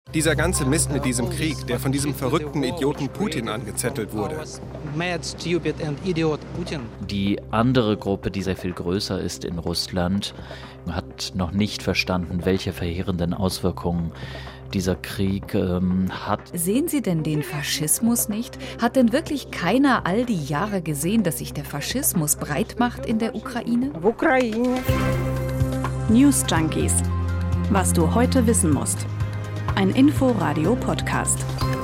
Dieser ganze Mist mit diesem Krieg, der von diesem verrückten Idioten Putin angezettelt wurde. Die andere Gruppe, die sehr viel größer ist in Russland, hat noch nicht verstanden, welche verheerenden Auswirkungen dieser Krieg hat. Sehen Sie denn den Faschismus nicht? Hat denn wirklich keiner all die Jahre gesehen, dass sich der Faschismus breit macht in der Ukraine? News Junkies. Was du heute wissen musst. Ein Info-Radio-Podcast.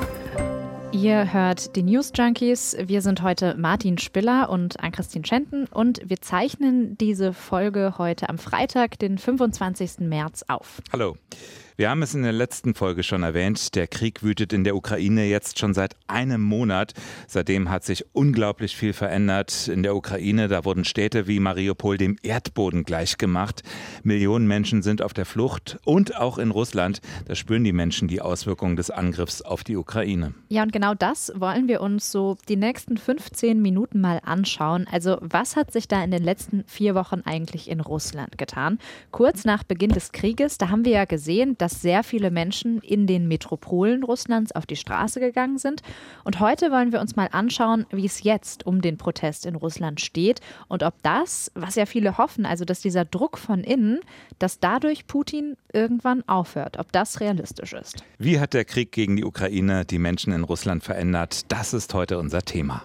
Ihr hört die News Junkies. Wir sind heute Martin Spiller und Ann-Christine Schenten und wir zeichnen diese Folge heute am Freitag, den 25. März auf. Hallo. Wir haben es in der letzten Folge schon erwähnt, der Krieg wütet in der Ukraine jetzt schon seit einem Monat. Seitdem hat sich unglaublich viel verändert in der Ukraine. Da wurden Städte wie Mariupol dem Erdboden gleichgemacht. Millionen Menschen sind auf der Flucht und auch in Russland. Da spüren die Menschen die Auswirkungen des Angriffs auf die Ukraine. Ja, und genau das wollen wir uns so die nächsten 15 Minuten mal anschauen. Also was hat sich da in den letzten 4 Wochen eigentlich in Russland getan? Kurz nach Beginn des Krieges, da haben wir ja gesehen, dass sehr viele Menschen in den Metropolen Russlands auf die Straße gegangen sind. Und heute wollen wir uns mal anschauen, wie es jetzt um den Protest in Russland steht und ob das, was ja viele hoffen, also dass dieser Druck von innen, dass dadurch Putin irgendwann aufhört, ob das realistisch ist. Wie hat der Krieg gegen die Ukraine die Menschen in Russland verändert? Das ist heute unser Thema.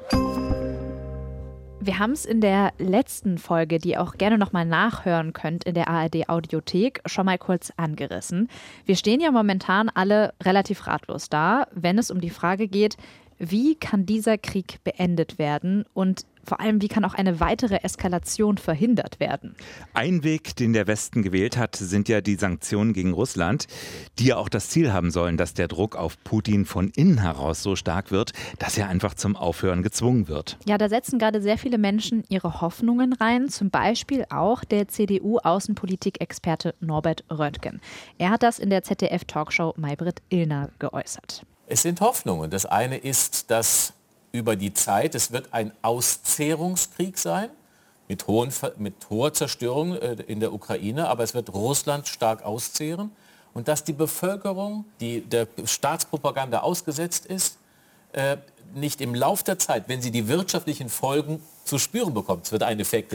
Wir haben es in der letzten Folge, die ihr auch gerne nochmal nachhören könnt in der ARD-Audiothek, schon mal kurz angerissen. Wir stehen ja momentan alle relativ ratlos da, wenn es um die Frage geht, wie kann dieser Krieg beendet werden und vor allem, wie kann auch eine weitere Eskalation verhindert werden? Ein Weg, den der Westen gewählt hat, sind ja die Sanktionen gegen Russland, die ja auch das Ziel haben sollen, dass der Druck auf Putin von innen heraus so stark wird, dass er einfach zum Aufhören gezwungen wird. Ja, da setzen gerade sehr viele Menschen ihre Hoffnungen rein, zum Beispiel auch der CDU-Außenpolitik-Experte Norbert Röttgen. Er hat das in der ZDF-Talkshow Maybrit Illner geäußert. Es sind Hoffnungen. Das eine ist, dass über die Zeit, es wird ein Auszehrungskrieg sein, mit hoher Zerstörung in der Ukraine, aber es wird Russland stark auszehren und dass die Bevölkerung, die der Staatspropaganda ausgesetzt ist, nicht im Lauf der Zeit, wenn sie die wirtschaftlichen Folgen zu spüren bekommt, wäre ein Effekt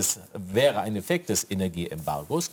des Energieembargos,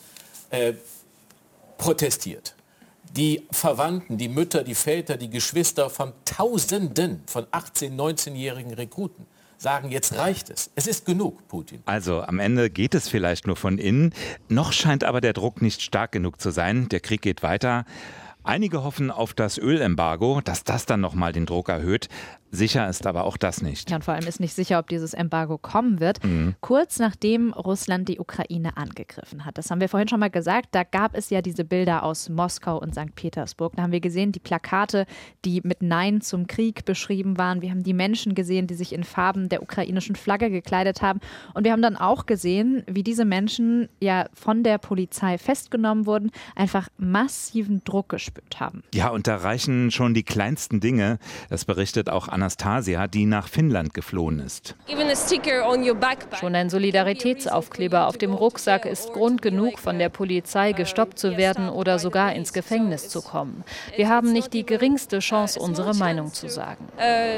protestiert. Die Verwandten, die Mütter, die Väter, die Geschwister von Tausenden von 18-, 19-jährigen Rekruten sagen, jetzt reicht es. Es ist genug, Putin. Also am Ende geht es vielleicht nur von innen. Noch scheint aber der Druck nicht stark genug zu sein. Der Krieg geht weiter. Einige hoffen auf das Ölembargo, dass das dann nochmal den Druck erhöht. Sicher ist aber auch das nicht. Ja, und vor allem ist nicht sicher, ob dieses Embargo kommen wird. Kurz nachdem Russland die Ukraine angegriffen hat. Das haben wir vorhin schon mal gesagt. Da gab es ja diese Bilder aus Moskau und St. Petersburg. Da haben wir gesehen, die Plakate, die mit Nein zum Krieg beschrieben waren. Wir haben die Menschen gesehen, die sich in Farben der ukrainischen Flagge gekleidet haben. Und wir haben dann auch gesehen, wie diese Menschen ja von der Polizei festgenommen wurden, einfach massiven Druck gespürt haben. Ja, und da reichen schon die kleinsten Dinge. Das berichtet auch Anastasia, die nach Finnland geflohen ist. Schon ein Solidaritätsaufkleber auf dem Rucksack ist Grund genug, von der Polizei gestoppt zu werden oder sogar ins Gefängnis zu kommen. Wir haben nicht die geringste Chance, unsere Meinung zu sagen.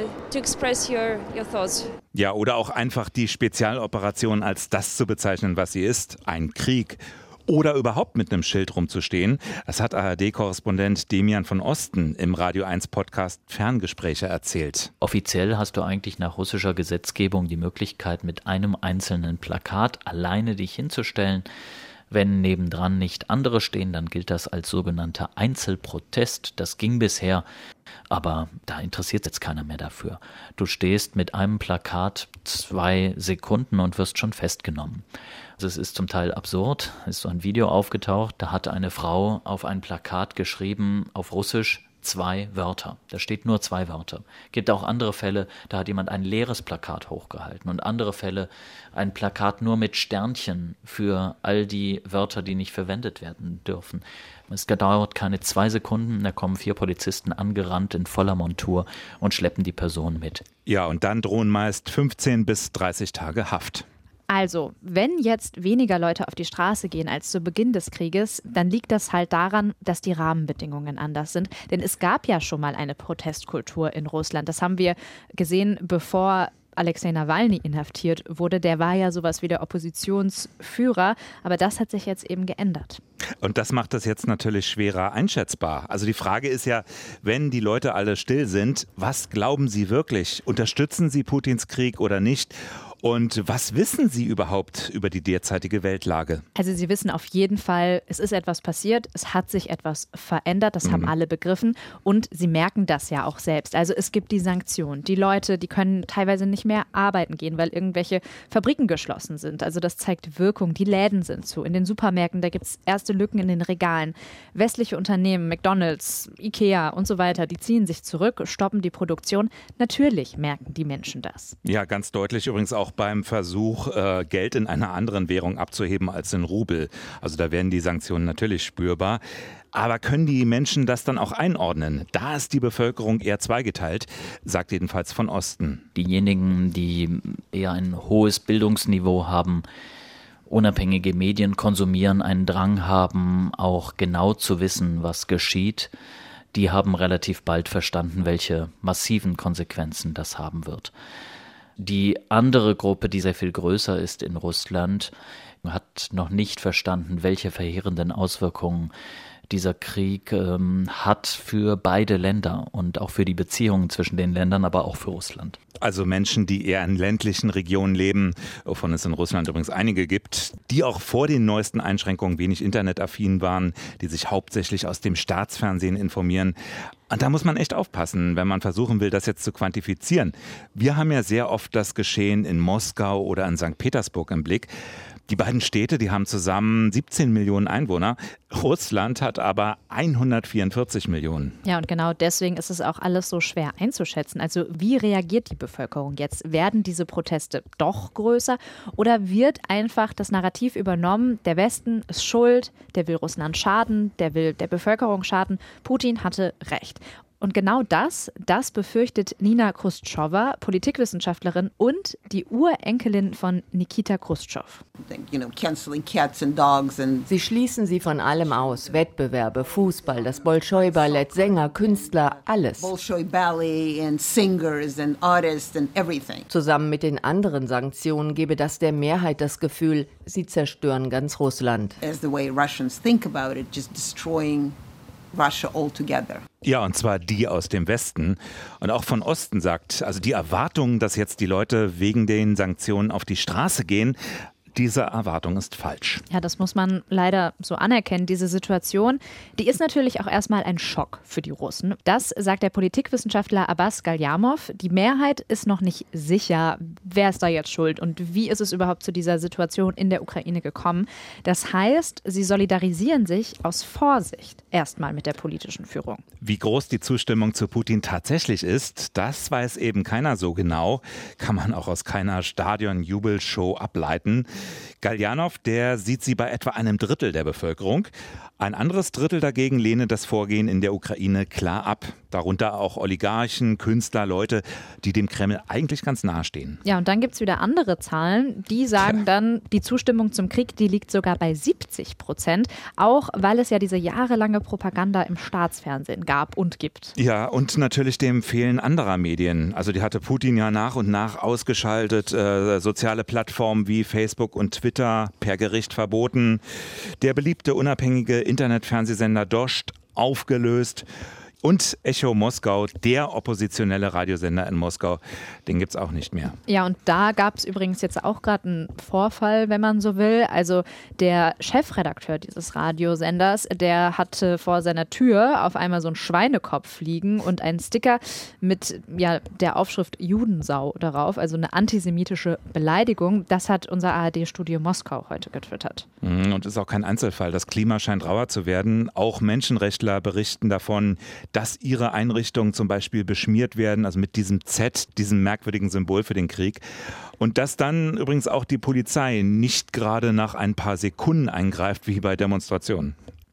Ja, oder auch einfach die Spezialoperation als das zu bezeichnen, was sie ist, ein Krieg. Oder überhaupt mit einem Schild rumzustehen. Das hat ARD-Korrespondent Demian von Osten im Radio 1 Podcast Ferngespräche erzählt. Offiziell hast du eigentlich nach russischer Gesetzgebung die Möglichkeit, mit einem einzelnen Plakat alleine dich hinzustellen. Wenn nebendran nicht andere stehen, dann gilt das als sogenannter Einzelprotest. Das ging bisher, aber da interessiert jetzt keiner mehr dafür. Du stehst mit einem Plakat 2 Sekunden und wirst schon festgenommen. Also es ist zum Teil absurd, ist so ein Video aufgetaucht, da hat eine Frau auf ein Plakat geschrieben, auf Russisch, 2 Wörter. Da steht nur 2 Wörter. Gibt auch andere Fälle, da hat jemand ein leeres Plakat hochgehalten und andere Fälle ein Plakat nur mit Sternchen für all die Wörter, die nicht verwendet werden dürfen. Es dauert keine 2 Sekunden, da kommen 4 Polizisten angerannt in voller Montur und schleppen die Person mit. Ja, und dann drohen meist 15 bis 30 Tage Haft. Also, wenn jetzt weniger Leute auf die Straße gehen als zu Beginn des Krieges, dann liegt das halt daran, dass die Rahmenbedingungen anders sind. Denn es gab ja schon mal eine Protestkultur in Russland. Das haben wir gesehen, bevor Alexei Nawalny inhaftiert wurde. Der war ja sowas wie der Oppositionsführer, aber das hat sich jetzt eben geändert. Und das macht das jetzt natürlich schwerer einschätzbar. Also die Frage ist ja, wenn die Leute alle still sind, was glauben sie wirklich? Unterstützen sie Putins Krieg oder nicht? Und was wissen Sie überhaupt über die derzeitige Weltlage? Also Sie wissen auf jeden Fall, es ist etwas passiert, es hat sich etwas verändert, das haben alle begriffen und Sie merken das ja auch selbst. Also es gibt die Sanktionen. Die Leute, die können teilweise nicht mehr arbeiten gehen, weil irgendwelche Fabriken geschlossen sind. Also das zeigt Wirkung. Die Läden sind zu. In den Supermärkten, da gibt es erste Lücken in den Regalen. Westliche Unternehmen, McDonald's, Ikea und so weiter, die ziehen sich zurück, stoppen die Produktion. Natürlich merken die Menschen das. Ja, ganz deutlich übrigens auch beim Versuch, Geld in einer anderen Währung abzuheben als in Rubel. Also da werden die Sanktionen natürlich spürbar. Aber können die Menschen das dann auch einordnen? Da ist die Bevölkerung eher zweigeteilt, sagt jedenfalls von Osten. Diejenigen, die eher ein hohes Bildungsniveau haben, unabhängige Medien konsumieren, einen Drang haben, auch genau zu wissen, was geschieht, die haben relativ bald verstanden, welche massiven Konsequenzen das haben wird. Die andere Gruppe, die sehr viel größer ist in Russland, hat noch nicht verstanden, welche verheerenden Auswirkungen dieser Krieg hat für beide Länder und auch für die Beziehungen zwischen den Ländern, aber auch für Russland. Also Menschen, die eher in ländlichen Regionen leben, wovon es in Russland übrigens einige gibt, die auch vor den neuesten Einschränkungen wenig internetaffin waren, die sich hauptsächlich aus dem Staatsfernsehen informieren. Und da muss man echt aufpassen, wenn man versuchen will, das jetzt zu quantifizieren. Wir haben ja sehr oft das Geschehen in Moskau oder in St. Petersburg im Blick. Die beiden Städte, die haben zusammen 17 Millionen Einwohner. Russland hat aber 144 Millionen. Ja, und genau deswegen ist es auch alles so schwer einzuschätzen. Also wie reagiert die Bevölkerung jetzt? Werden diese Proteste doch größer oder wird einfach das Narrativ übernommen, der Westen ist schuld, der will Russland schaden, der will der Bevölkerung schaden, Putin hatte recht. Und genau das befürchtet Nina Khrushcheva, Politikwissenschaftlerin und die Urenkelin von Nikita Khrushchev. Sie schließen sie von allem aus. Wettbewerbe, Fußball, das Bolschoi-Ballett, Sänger, Künstler, alles. Zusammen mit den anderen Sanktionen gebe das der Mehrheit das Gefühl, sie zerstören ganz Russland. Russia altogether. Ja, und zwar die aus dem Westen. Und auch von Osten sagt, also die Erwartung, dass jetzt die Leute wegen den Sanktionen auf die Straße gehen, diese Erwartung ist falsch. Ja, das muss man leider so anerkennen. Diese Situation, die ist natürlich auch erstmal ein Schock für die Russen. Das sagt der Politikwissenschaftler Abbas Galyamov. Die Mehrheit ist noch nicht sicher, wer ist da jetzt schuld und wie ist es überhaupt zu dieser Situation in der Ukraine gekommen. Das heißt, sie solidarisieren sich aus Vorsicht erstmal mit der politischen Führung. Wie groß die Zustimmung zu Putin tatsächlich ist, das weiß eben keiner so genau. Kann man auch aus keiner Stadion-Jubelshow ableiten. Galjanov, der sieht sie bei etwa einem Drittel der Bevölkerung. Ein anderes Drittel dagegen lehne das Vorgehen in der Ukraine klar ab. Darunter auch Oligarchen, Künstler, Leute, die dem Kreml eigentlich ganz nahestehen. Ja, und dann gibt es wieder andere Zahlen, die sagen dann, die Zustimmung zum Krieg, die liegt sogar bei 70%, auch weil es ja diese jahrelange Propaganda im Staatsfernsehen gab und gibt. Ja, und natürlich dem Fehlen anderer Medien. Also die hatte Putin ja nach und nach ausgeschaltet, soziale Plattformen wie Facebook und Twitter per Gericht verboten. Der beliebte unabhängige Internetfernsehsender Dost aufgelöst. Und Echo Moskau, der oppositionelle Radiosender in Moskau, den gibt es auch nicht mehr. Ja, und da gab es übrigens jetzt auch gerade einen Vorfall, wenn man so will. Also der Chefredakteur dieses Radiosenders, der hatte vor seiner Tür auf einmal so einen Schweinekopf liegen und einen Sticker mit der Aufschrift Judensau darauf, also eine antisemitische Beleidigung. Das hat unser ARD-Studio Moskau heute getwittert. Und ist auch kein Einzelfall. Das Klima scheint rauer zu werden. Auch Menschenrechtler berichten davon, dass ihre Einrichtungen zum Beispiel beschmiert werden, also mit diesem Z, diesem merkwürdigen Symbol für den Krieg. Und dass dann übrigens auch die Polizei nicht gerade nach ein paar Sekunden eingreift, wie bei Demonstrationen.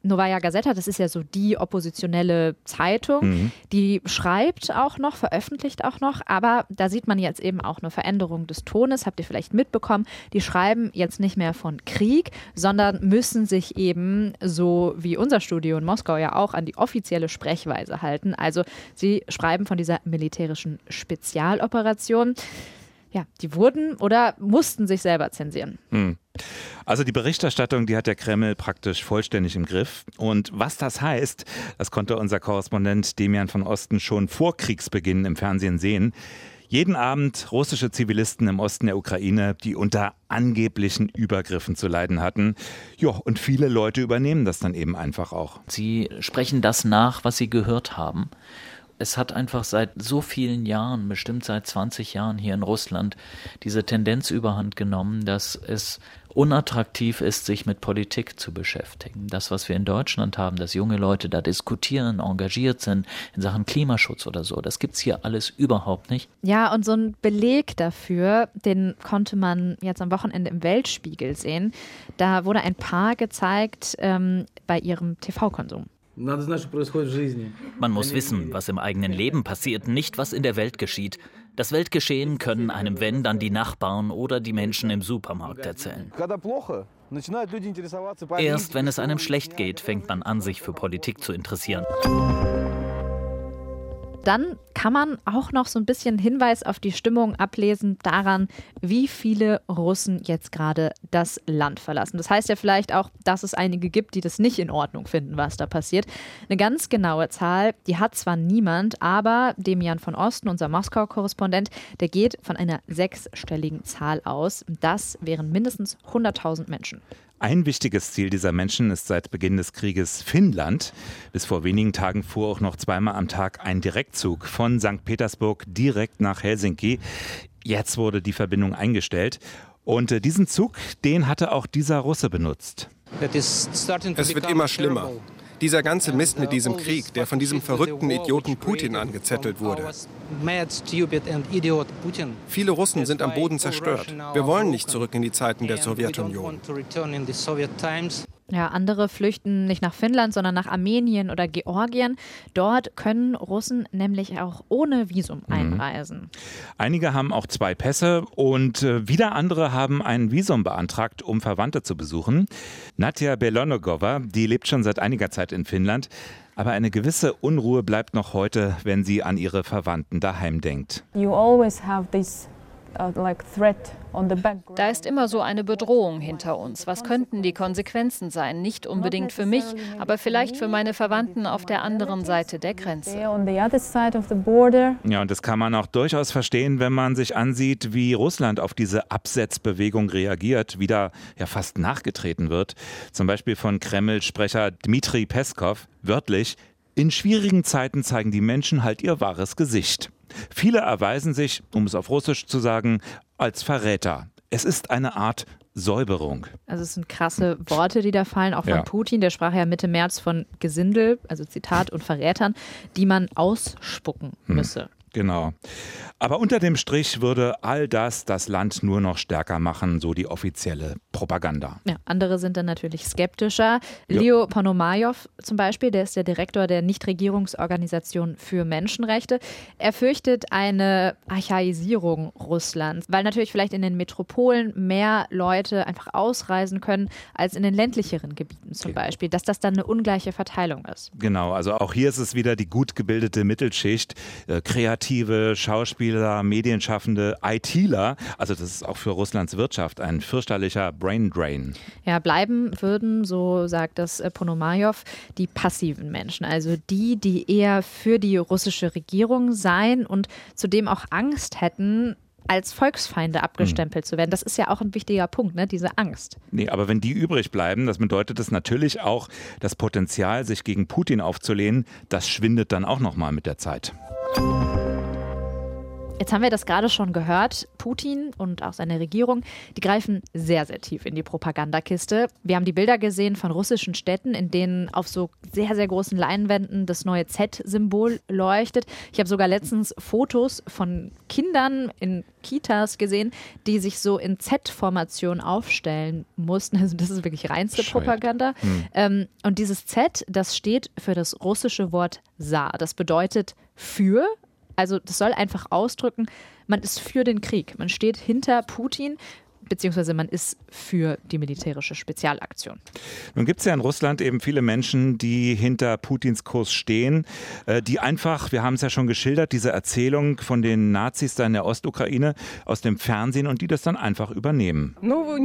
Novaya Gazeta, das ist ja so die oppositionelle Zeitung, die schreibt auch noch, veröffentlicht auch noch, aber da sieht man jetzt eben auch eine Veränderung des Tones, habt ihr vielleicht mitbekommen. Die schreiben jetzt nicht mehr von Krieg, sondern müssen sich eben, so wie unser Studio in Moskau ja auch, an die offizielle Sprechweise halten. Also sie schreiben von dieser militärischen Spezialoperation. Ja, die wurden oder mussten sich selber zensieren. Also die Berichterstattung, die hat der Kreml praktisch vollständig im Griff. Und was das heißt, das konnte unser Korrespondent Demian von Osten schon vor Kriegsbeginn im Fernsehen sehen. Jeden Abend russische Zivilisten im Osten der Ukraine, die unter angeblichen Übergriffen zu leiden hatten. Ja, und viele Leute übernehmen das dann eben einfach auch. Sie sprechen das nach, was sie gehört haben. Es hat einfach seit so vielen Jahren, bestimmt seit 20 Jahren hier in Russland, diese Tendenz überhand genommen, dass es unattraktiv ist, sich mit Politik zu beschäftigen. Das, was wir in Deutschland haben, dass junge Leute da diskutieren, engagiert sind in Sachen Klimaschutz oder so, das gibt's hier alles überhaupt nicht. Ja, und so ein Beleg dafür, den konnte man jetzt am Wochenende im Weltspiegel sehen. Da wurde ein Paar gezeigt bei ihrem TV-Konsum. Man muss wissen, was im eigenen Leben passiert, nicht was in der Welt geschieht. Das Weltgeschehen können einem, wenn, dann die Nachbarn oder die Menschen im Supermarkt erzählen. Erst wenn es einem schlecht geht, fängt man an, sich für Politik zu interessieren. Dann kann man auch noch so ein bisschen Hinweis auf die Stimmung ablesen daran, wie viele Russen jetzt gerade das Land verlassen. Das heißt ja vielleicht auch, dass es einige gibt, die das nicht in Ordnung finden, was da passiert. Eine ganz genaue Zahl, die hat zwar niemand, aber Demian von Osten, unser Moskau-Korrespondent, der geht von einer 6-stelligen Zahl aus. Das wären mindestens 100.000 Menschen. Ein wichtiges Ziel dieser Menschen ist seit Beginn des Krieges Finnland. Bis vor wenigen Tagen fuhr auch noch zweimal am Tag ein Direktzug von St. Petersburg direkt nach Helsinki. Jetzt wurde die Verbindung eingestellt. Und diesen Zug, den hatte auch dieser Russe benutzt. Es wird immer schlimmer. Dieser ganze Mist mit diesem Krieg, der von diesem verrückten Idioten Putin angezettelt wurde. Viele Russen sind am Boden zerstört. Wir wollen nicht zurück in die Zeiten der Sowjetunion. Ja, andere flüchten nicht nach Finnland, sondern nach Armenien oder Georgien. Dort können Russen nämlich auch ohne Visum einreisen. Einige haben auch 2 Pässe und wieder andere haben ein Visum beantragt, um Verwandte zu besuchen. Nadja Belonogova, die lebt schon seit einiger Zeit in Finnland. Aber eine gewisse Unruhe bleibt noch heute, wenn sie an ihre Verwandten daheim denkt. Da ist immer so eine Bedrohung hinter uns. Was könnten die Konsequenzen sein? Nicht unbedingt für mich, aber vielleicht für meine Verwandten auf der anderen Seite der Grenze. Ja, und das kann man auch durchaus verstehen, wenn man sich ansieht, wie Russland auf diese Absetzbewegung reagiert, wieder ja fast nachgetreten wird. Zum Beispiel von Kreml-Sprecher Dmitri Peskov, wörtlich: In schwierigen Zeiten zeigen die Menschen halt ihr wahres Gesicht. Viele erweisen sich, um es auf Russisch zu sagen, als Verräter. Es ist eine Art Säuberung. Also es sind krasse Worte, die da fallen, auch von Putin. Der sprach ja Mitte März von Gesindel, also Zitat, und Verrätern, die man ausspucken müsse. Genau. Aber unter dem Strich würde all das Land nur noch stärker machen, so die offizielle Propaganda. Ja, andere sind dann natürlich skeptischer. Leo Ponomarev zum Beispiel, der ist der Direktor der Nichtregierungsorganisation für Menschenrechte. Er fürchtet eine Archaisierung Russlands, weil natürlich vielleicht in den Metropolen mehr Leute einfach ausreisen können als in den ländlicheren Gebieten zum Beispiel, dass das dann eine ungleiche Verteilung ist. Genau, also auch hier ist es wieder die gut gebildete Mittelschicht, Kreative, Schauspieler, Medienschaffende, ITler. Also das ist auch für Russlands Wirtschaft ein fürchterlicher Braindrain. Ja, bleiben würden, so sagt das Ponomarev, die passiven Menschen. Also die eher für die russische Regierung seien und zudem auch Angst hätten, als Volksfeinde abgestempelt zu werden. Das ist ja auch ein wichtiger Punkt, ne? Diese Angst. Nee, aber wenn die übrig bleiben, das bedeutet es natürlich auch, das Potenzial, sich gegen Putin aufzulehnen, das schwindet dann auch nochmal mit der Zeit. Jetzt haben wir das gerade schon gehört. Putin und auch seine Regierung, die greifen sehr, sehr tief in die Propagandakiste. Wir haben die Bilder gesehen von russischen Städten, in denen auf so sehr, sehr großen Leinwänden das neue Z-Symbol leuchtet. Ich habe sogar letztens Fotos von Kindern in Kitas gesehen, die sich so in Z-Formation aufstellen mussten. Also das ist wirklich reinste Propaganda. Und dieses Z, das steht für das russische Wort Za. Das bedeutet für. Also das soll einfach ausdrücken, man ist für den Krieg. Man steht hinter Putin, beziehungsweise man ist für die militärische Spezialaktion. Nun gibt es ja in Russland eben viele Menschen, die hinter Putins Kurs stehen, die einfach, wir haben es ja schon geschildert, diese Erzählung von den Nazis da in der Ostukraine aus dem Fernsehen und die das dann einfach übernehmen.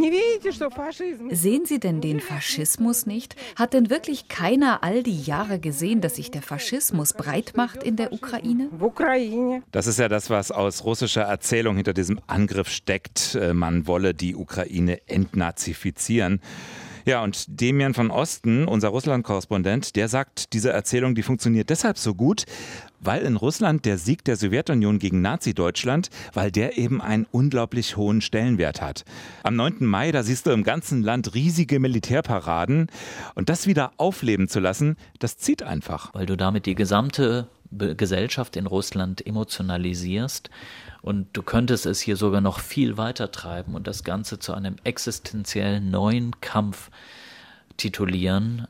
Sehen Sie denn den Faschismus nicht? Hat denn wirklich keiner all die Jahre gesehen, dass sich der Faschismus breit macht in der Ukraine? Das ist ja das, was aus russischer Erzählung hinter diesem Angriff steckt. Man wolle die Ukraine entnazifizieren. Ja, und Demian von Osten, unser Russland-Korrespondent, der sagt, diese Erzählung, die funktioniert deshalb so gut, weil in Russland der Sieg der Sowjetunion gegen Nazi-Deutschland, weil der eben einen unglaublich hohen Stellenwert hat. Am 9. Mai, da siehst du im ganzen Land riesige Militärparaden. Und das wieder aufleben zu lassen, das zieht einfach. Weil du damit die gesamte Gesellschaft in Russland emotionalisierst. Und du könntest es hier sogar noch viel weiter treiben und das Ganze zu einem existenziell neuen Kampf titulieren.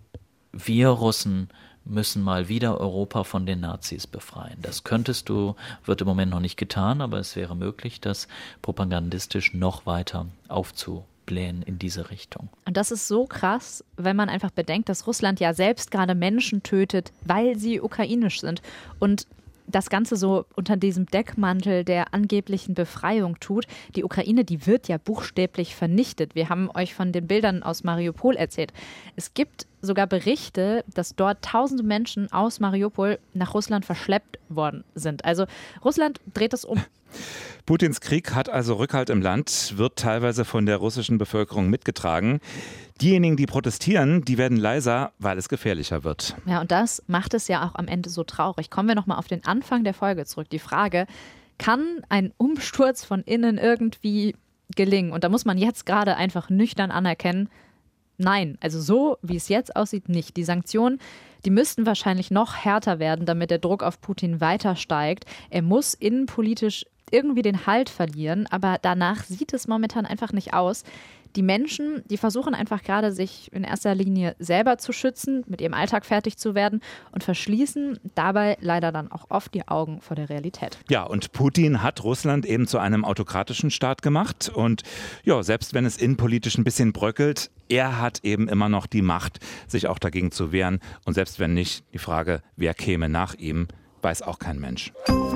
Wir Russen müssen mal wieder Europa von den Nazis befreien. Das wird im Moment noch nicht getan, aber es wäre möglich, das propagandistisch noch weiter aufzublähen in diese Richtung. Und das ist so krass, wenn man einfach bedenkt, dass Russland ja selbst gerade Menschen tötet, weil sie ukrainisch sind. Und das Ganze so unter diesem Deckmantel der angeblichen Befreiung tut. Die Ukraine, die wird ja buchstäblich vernichtet. Wir haben euch von den Bildern aus Mariupol erzählt. Es gibt sogar Berichte, dass dort tausende Menschen aus Mariupol nach Russland verschleppt worden sind. Also Russland dreht es um. Putins Krieg hat also Rückhalt im Land, wird teilweise von der russischen Bevölkerung mitgetragen. Diejenigen, die protestieren, die werden leiser, weil es gefährlicher wird. Ja, und das macht es ja auch am Ende so traurig. Kommen wir nochmal auf den Anfang der Folge zurück. Die Frage, kann ein Umsturz von innen irgendwie gelingen? Und da muss man jetzt gerade einfach nüchtern anerkennen, nein, also so wie es jetzt aussieht, nicht. Die Sanktionen, die müssten wahrscheinlich noch härter werden, damit der Druck auf Putin weiter steigt. Er muss innenpolitisch irgendwie den Halt verlieren, aber danach sieht es momentan einfach nicht aus. Die Menschen, die versuchen einfach gerade, sich in erster Linie selber zu schützen, mit ihrem Alltag fertig zu werden und verschließen dabei leider dann auch oft die Augen vor der Realität. Ja, und Putin hat Russland eben zu einem autokratischen Staat gemacht und ja, selbst wenn es innenpolitisch ein bisschen bröckelt, er hat eben immer noch die Macht, sich auch dagegen zu wehren und selbst wenn nicht, die Frage, wer käme nach ihm, weiß auch kein Mensch.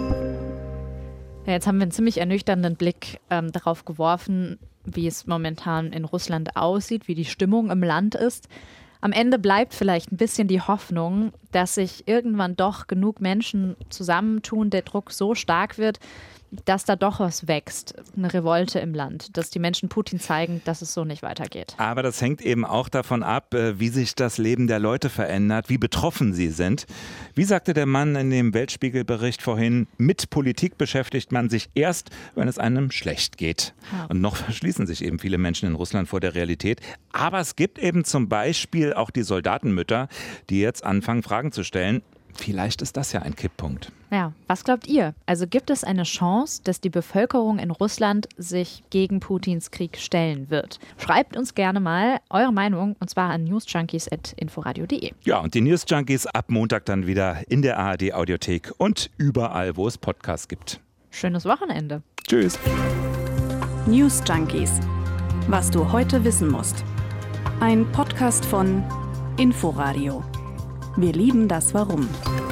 Ja, jetzt haben wir einen ziemlich ernüchternden Blick darauf geworfen, wie es momentan in Russland aussieht, wie die Stimmung im Land ist. Am Ende bleibt vielleicht ein bisschen die Hoffnung, dass sich irgendwann doch genug Menschen zusammentun, der Druck so stark wird, dass da doch was wächst, eine Revolte im Land, dass die Menschen Putin zeigen, dass es so nicht weitergeht. Aber das hängt eben auch davon ab, wie sich das Leben der Leute verändert, wie betroffen sie sind. Wie sagte der Mann in dem Weltspiegel-Bericht vorhin, mit Politik beschäftigt man sich erst, wenn es einem schlecht geht. Ja. Und noch verschließen sich eben viele Menschen in Russland vor der Realität. Aber es gibt eben zum Beispiel auch die Soldatenmütter, die jetzt anfangen, Fragen zu stellen. Vielleicht ist das ja ein Kipppunkt. Ja, was glaubt ihr? Also gibt es eine Chance, dass die Bevölkerung in Russland sich gegen Putins Krieg stellen wird? Schreibt uns gerne mal eure Meinung und zwar an newsjunkies@inforadio.de. Ja, und die News Junkies ab Montag dann wieder in der ARD Audiothek und überall, wo es Podcasts gibt. Schönes Wochenende. Tschüss. News Junkies. Was du heute wissen musst. Ein Podcast von Inforadio. Wir lieben das Warum.